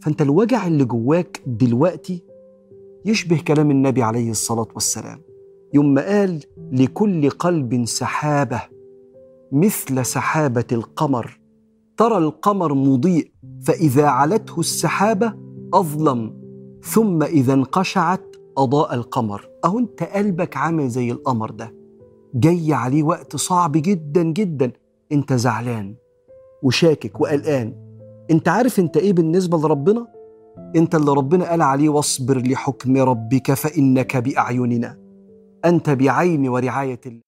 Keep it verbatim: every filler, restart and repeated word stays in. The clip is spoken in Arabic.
فأنت الوجع اللي جواك دلوقتي يشبه كلام النبي عليه الصلاة والسلام يوم ما قال: لكل قلب سحابة مثل سحابة القمر، ترى القمر مضيء فإذا علته السحابة أظلم، ثم إذا انقشعت أضاء القمر. أهو أنت قلبك عامل زي القمر ده، جاي عليه وقت صعب جدا جدا، أنت زعلان وشاكك وقلقان. أنت عارف أنت إيه بالنسبة لربنا؟ أنت اللي ربنا قال عليه: واصبر لحكم ربك فإنك بأعيننا، أنت بعين ورعاية الله.